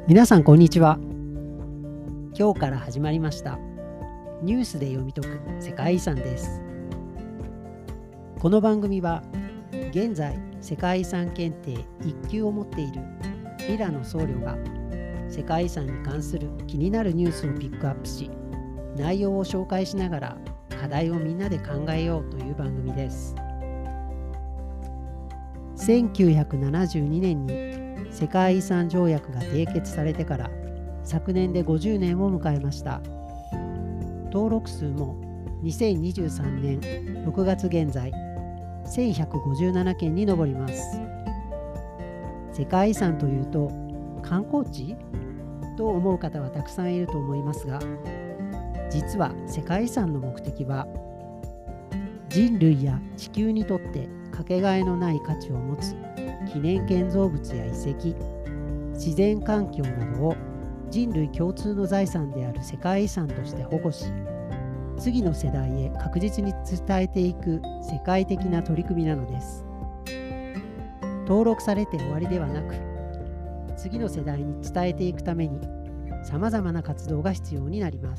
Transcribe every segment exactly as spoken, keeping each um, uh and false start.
皆さんこんにちは。今日から始まりましたニュースで読み解く世界遺産です。この番組は現在世界遺産検定いっ級を持っているリラの僧侶が世界遺産に関する気になるニュースをピックアップし、内容を紹介しながら課題をみんなで考えようという番組です。せんきゅうひゃくななじゅうにねんに世界遺産条約が締結されてから昨年でごじゅうねんを迎えました。登録数もにせんにじゅうさんねんろくがつ現在せんひゃくごじゅうななけんに上ります。世界遺産というと観光地と思う方はたくさんいると思いますが、実は世界遺産の目的は人類や地球にとってかけがえのない価値を持つ記念建造物や遺跡、自然環境などを人類共通の財産である世界遺産として保護し、次の世代へ確実に伝えていく世界的な取り組みなのです。登録されて終わりではなく、次の世代に伝えていくためにさまざまな活動が必要になります。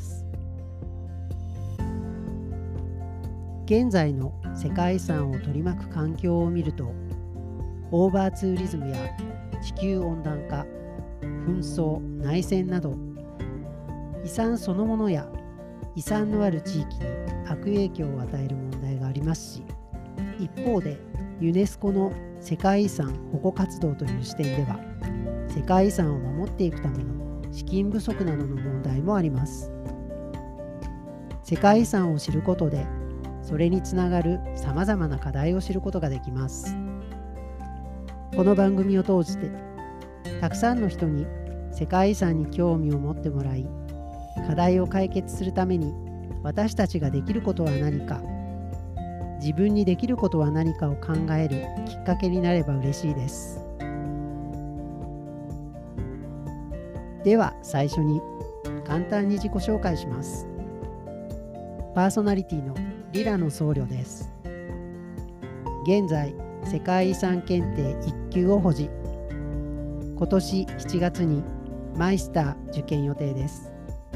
現在の世界遺産を取り巻く環境を見ると、オーバーツーリズムや地球温暖化、紛争、内戦など遺産そのものや遺産のある地域に悪影響を与える問題がありますし、一方でユネスコの世界遺産保護活動という視点では、世界遺産を守っていくための資金不足などの問題もあります。世界遺産を知ることで、それにつながるさまざまな課題を知ることができます。この番組を通じて、たくさんの人に世界遺産に興味を持ってもらい、課題を解決するために私たちができることは何か、自分にできることは何かを考えるきっかけになれば嬉しいです。では最初に簡単に自己紹介します。パーソナリティのリラの僧侶です。現在世界遺産検定いっ級を保持、今年しちがつにマイスター受験予定です。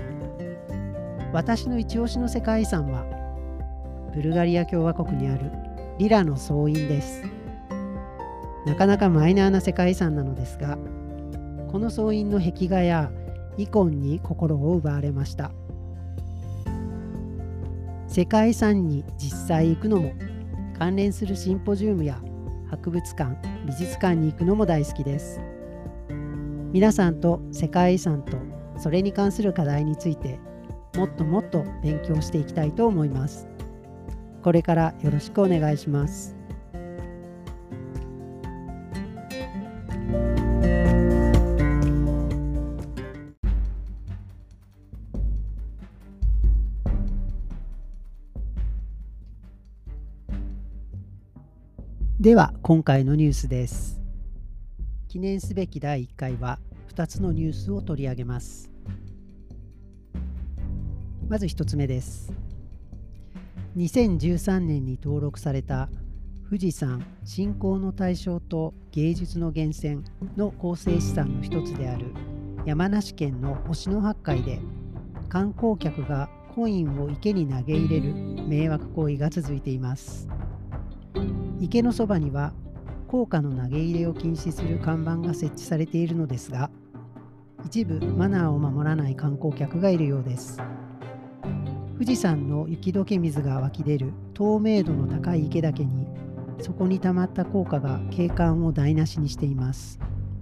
私の一押しの世界遺産はブルガリア共和国にあるリラの総院です。なかなかマイナーな世界遺産なのですが、この総院の壁画やイコンに心を奪われました。世界遺産に実際行くのも、関連するシンポジウムや博物館、美術館に行くのも大好きです。皆さんと世界遺産とそれに関する課題についてもっともっと勉強していきたいと思います。これからよろしくお願いします。では今回のニュースです。記念すべきだいいっかいはふたつのニュースを取り上げます。まずひとつめです。にせんじゅうさんねんに登録された富士山信仰の対象と芸術の源泉の構成資産の一つである山梨県の忍野八海で、観光客がコインを池に投げ入れる迷惑行為が続いています。池のそばには硬貨の投げ入れを禁止する看板が設置されているのですが、一部マナーを守らない観光客がいるようです。富士山の雪解け水が湧き出る透明度の高い池だけに、そこに溜まった硬貨が景観を台無しにしています。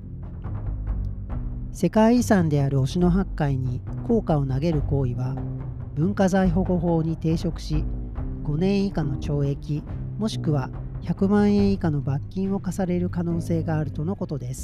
世界遺産である忍野八海に硬貨を投げる行為は文化財保護法に抵触し、ごねん以下の懲役もしくはひゃくまんえん以下の罰金を課される可能性があるとのことです。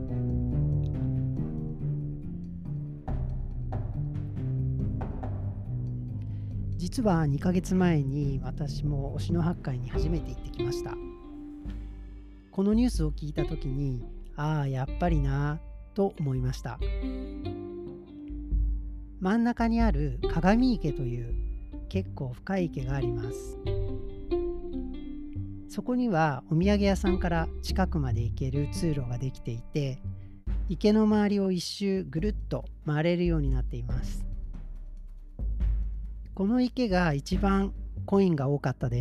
実はにかげつまえに私も忍野八海に初めて行ってきました。このニュースを聞いたときに、ああやっぱりなぁと思いました。真ん中にある鏡池という結構深い池があります。そこにはお土産屋さんから近くまで行ける通路ができていて、 池の周りを一周ぐるっと回れるようになっています。この池が一番コインが多かったです。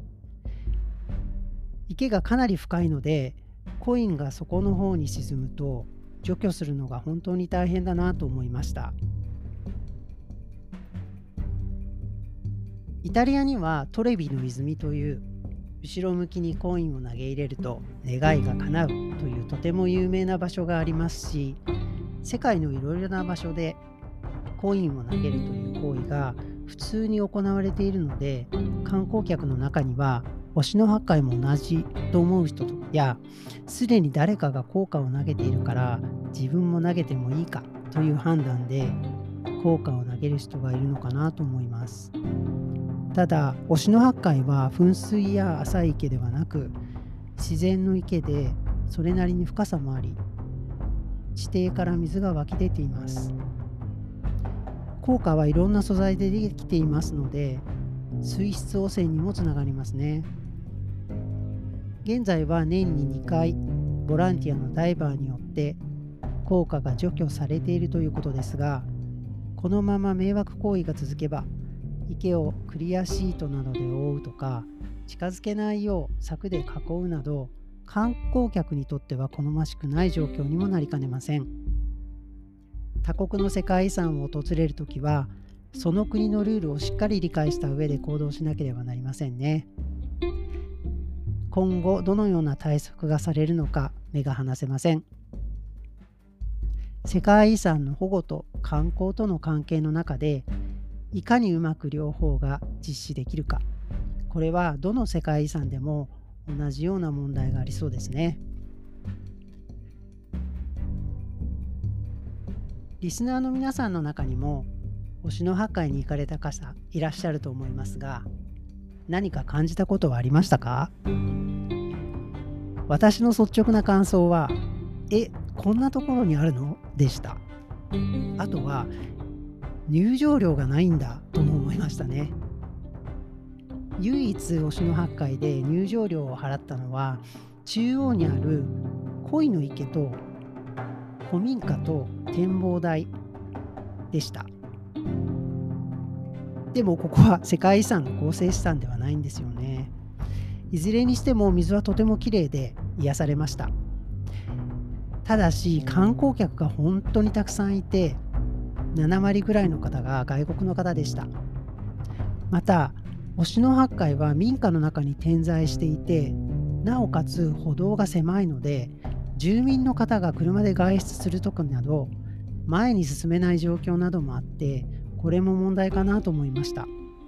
池がかなり深いので、コインが底の方に沈むと除去するのが本当に大変だなと思いました。イタリアにはトレビの泉という後ろ向きにコインを投げ入れると願いが叶うというとても有名な場所がありますし、世界のいろいろな場所でコインを投げるという行為が普通に行われているので、観光客の中には忍野八海も同じと思う人や、すでに誰かが硬貨を投げているから自分も投げてもいいかという判断で硬貨を投げる人がいるのかなと思います。ただ、忍野八海は噴水や浅い池ではなく自然の池で、それなりに深さもあり、地底から水が湧き出ています。硬貨はいろんな素材でできていますので、水質汚染にもつながりますね。現在は年ににかいボランティアのダイバーによって硬貨が除去されているということですが、このまま迷惑行為が続けば、池をクリアシートなどで覆うとか、近づけないよう柵で囲うなど、観光客にとっては好ましくない状況にもなりかねません。他国の世界遺産を訪れるときは、その国のルールをしっかり理解した上で行動しなければなりませんね。今後どのような対策がされるのか目が離せません。世界遺産の保護と観光との関係の中で、いかにうまく両方が実施できるか、これはどの世界遺産でも同じような問題がありそうですね。リスナーの皆さんの中にも忍野八海に行かれた方いらっしゃると思いますが、何か感じたことはありましたか？私の率直な感想は、え、こんなところにあるの？でした。あとは、入場料がないんだとも思いましたね。唯一忍野八海で入場料を払ったのは、中央にある鯉の池と古民家と展望台でした。でもここは世界遺産の構成資産ではないんですよね。いずれにしても水はとてもきれいで癒されました。ただし観光客が本当にたくさんいて、ななわりぐらいの方が外国の方でした。また忍野八海は民家の中に点在していて、なおかつ歩道が狭いので、住民の方が車で外出するときなど前に進めない状況などもあって、これも問題かなと思いました。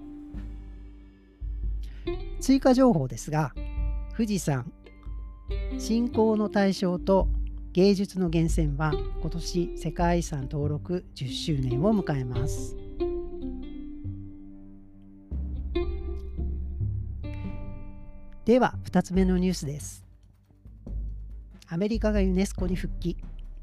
追加情報ですが、富士山信仰の対象と芸術の源泉は今年世界遺産登録じゅっしゅうねんを迎えます。ではふたつめのニュースです。アメリカがユネスコに復帰。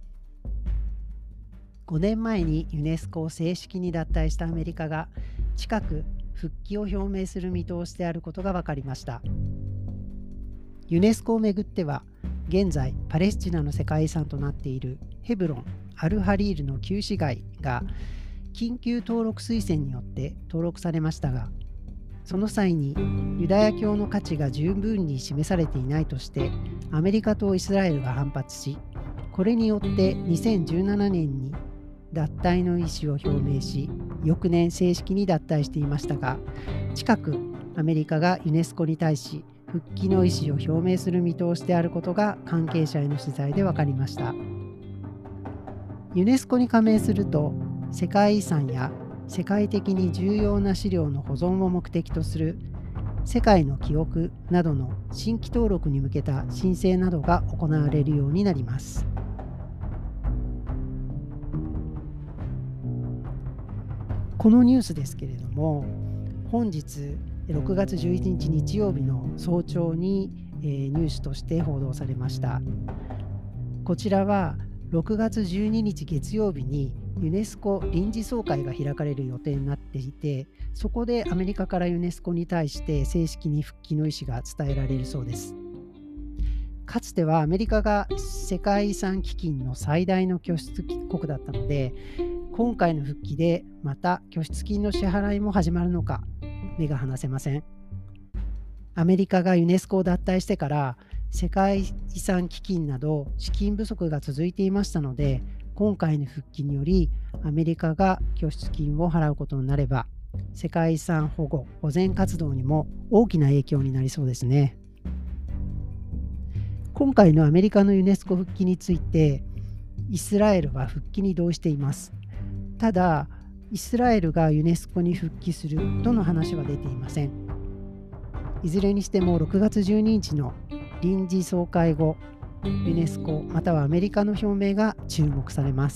ごねんまえにユネスコを正式に脱退したアメリカが近く復帰を表明する見通しであることが分かりました。ユネスコをめぐっては、現在パレスチナの世界遺産となっているヘブロン・アル・ハリールの旧市街が緊急登録推薦によって登録されましたが、その際にユダヤ教の価値が十分に示されていないとしてアメリカとイスラエルが反発し、これによってにせんじゅうななねんに脱退の意思を表明し、翌年正式に脱退していましたが、近くアメリカがユネスコに対し復帰の意思を表明する見通しであることが関係者への取材で分かりました。ユネスコに加盟すると、世界遺産や世界的に重要な資料の保存を目的とする世界の記憶などの新規登録に向けた申請などが行われるようになります。このニュースですけれども、本日ろくがつじゅういちにち日曜日の早朝に、えー、ニュースとして報道されました。こちらはろくがつじゅうににち月曜日にユネスコ臨時総会が開かれる予定になっていて、そこでアメリカからユネスコに対して正式に復帰の意思が伝えられるそうです。 かつてはアメリカが世界遺産基金の最大の拠出国だったので、今回の復帰でまた拠出金の支払いも始まるのか目が離せません。アメリカがユネスコを脱退してから世界遺産基金など資金不足が続いていましたので、今回の復帰によりアメリカが拠出金を払うことになれば、世界遺産保護・保全活動にも大きな影響になりそうですね。今回のアメリカのユネスコ復帰について、イスラエルは復帰に同意しています。ただ、イスラエルがユネスコに復帰するとの話は出ていません。いずれにしてもろくがつじゅうににちの臨時総会後、ユネスコまたはアメリカの表明が注目されます。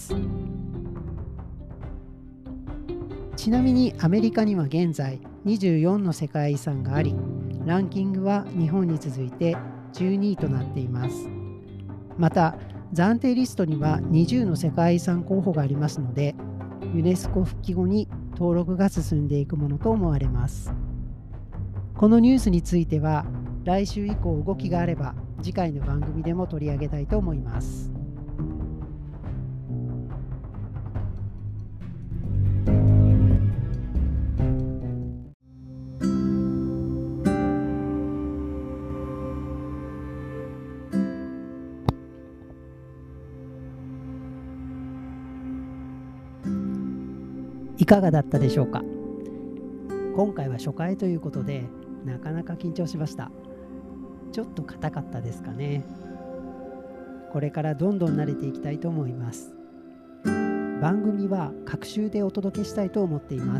ちなみにアメリカには現在にじゅうよんの世界遺産があり、ランキングは日本に続いてじゅうにいとなっています。また暫定リストにはにじゅうの世界遺産候補がありますので、ユネスコ復帰後に登録が進んでいくものと思われます。このニュースについては来週以降動きがあれば次回の番組でも取り上げたいと思います。いかがだったでしょうか。今回は初回ということでなかなか緊張しました。ちょっと硬かったですかね。これからどんどん慣れていきたいと思います。番組は各週でお届けしたいと思っています。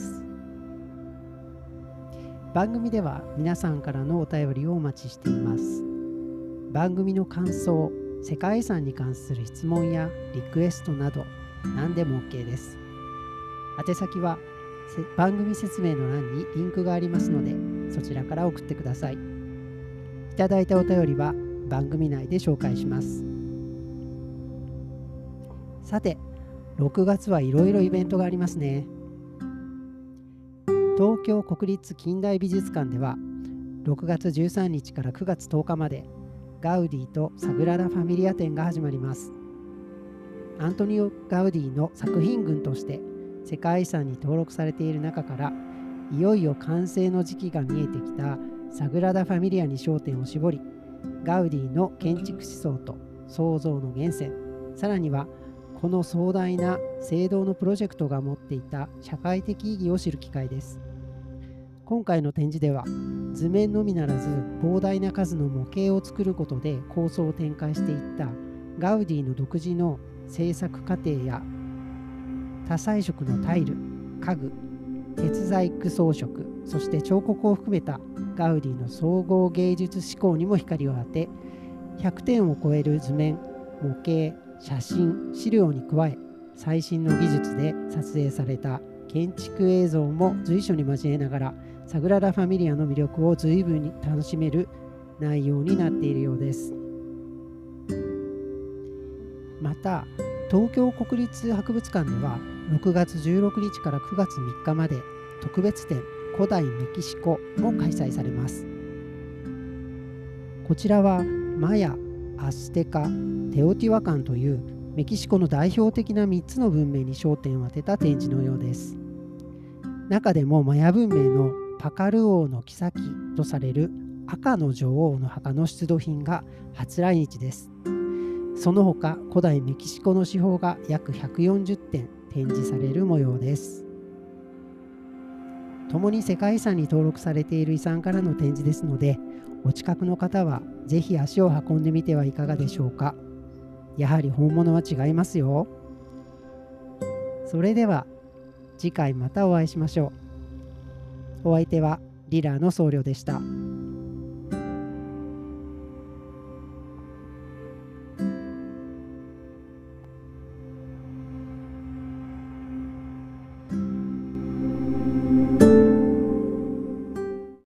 番組では皆さんからのお便りをお待ちしています。番組の感想、世界遺産に関する質問やリクエストなど何でも OK です。宛先は番組説明の欄にリンクがありますので、そちらから送ってください。いただいたお便りは番組内で紹介します。さて、ろくがつはいろいろイベントがありますね。東京国立近代美術館ではろくがつじゅうさんにちからくがつとおかまでガウディとサグラダ・ファミリア展が始まります。アントニオ・ガウディの作品群として世界遺産に登録されている中から、いよいよ完成の時期が見えてきたサグラダ・ファミリアに焦点を絞り、ガウディの建築思想と創造の源泉、さらにはこの壮大な聖堂のプロジェクトが持っていた社会的意義を知る機会です。今回の展示では図面のみならず膨大な数の模型を作ることで構想を展開していったガウディの独自の制作過程や多彩色のタイル、家具、鉄細工装飾、そして彫刻を含めたガウディの総合芸術思考にも光を当て、ひゃくてんを超える図面、模型、写真、資料に加え、最新の技術で撮影された建築映像も随所に交えながら、サグラダ・ファミリアの魅力を随分に楽しめる内容になっているようです。また、東京国立博物館ではろくがつじゅうろくにちからくがつみっかまで特別展古代メキシコも開催されます。こちらはマヤ、アステカ、テオティワカンというメキシコの代表的なみっつの文明に焦点を当てた展示のようです。中でもマヤ文明のパカル王の妃とされる赤の女王の墓の出土品が初来日です。その他、古代メキシコの至宝が約ひゃくよんじゅってん展示される模様です。共に世界遺産に登録されている遺産からの展示ですので、お近くの方はぜひ足を運んでみてはいかがでしょうか。やはり本物は違いますよ。それでは次回またお会いしましょう。お相手はリラの僧侶でした。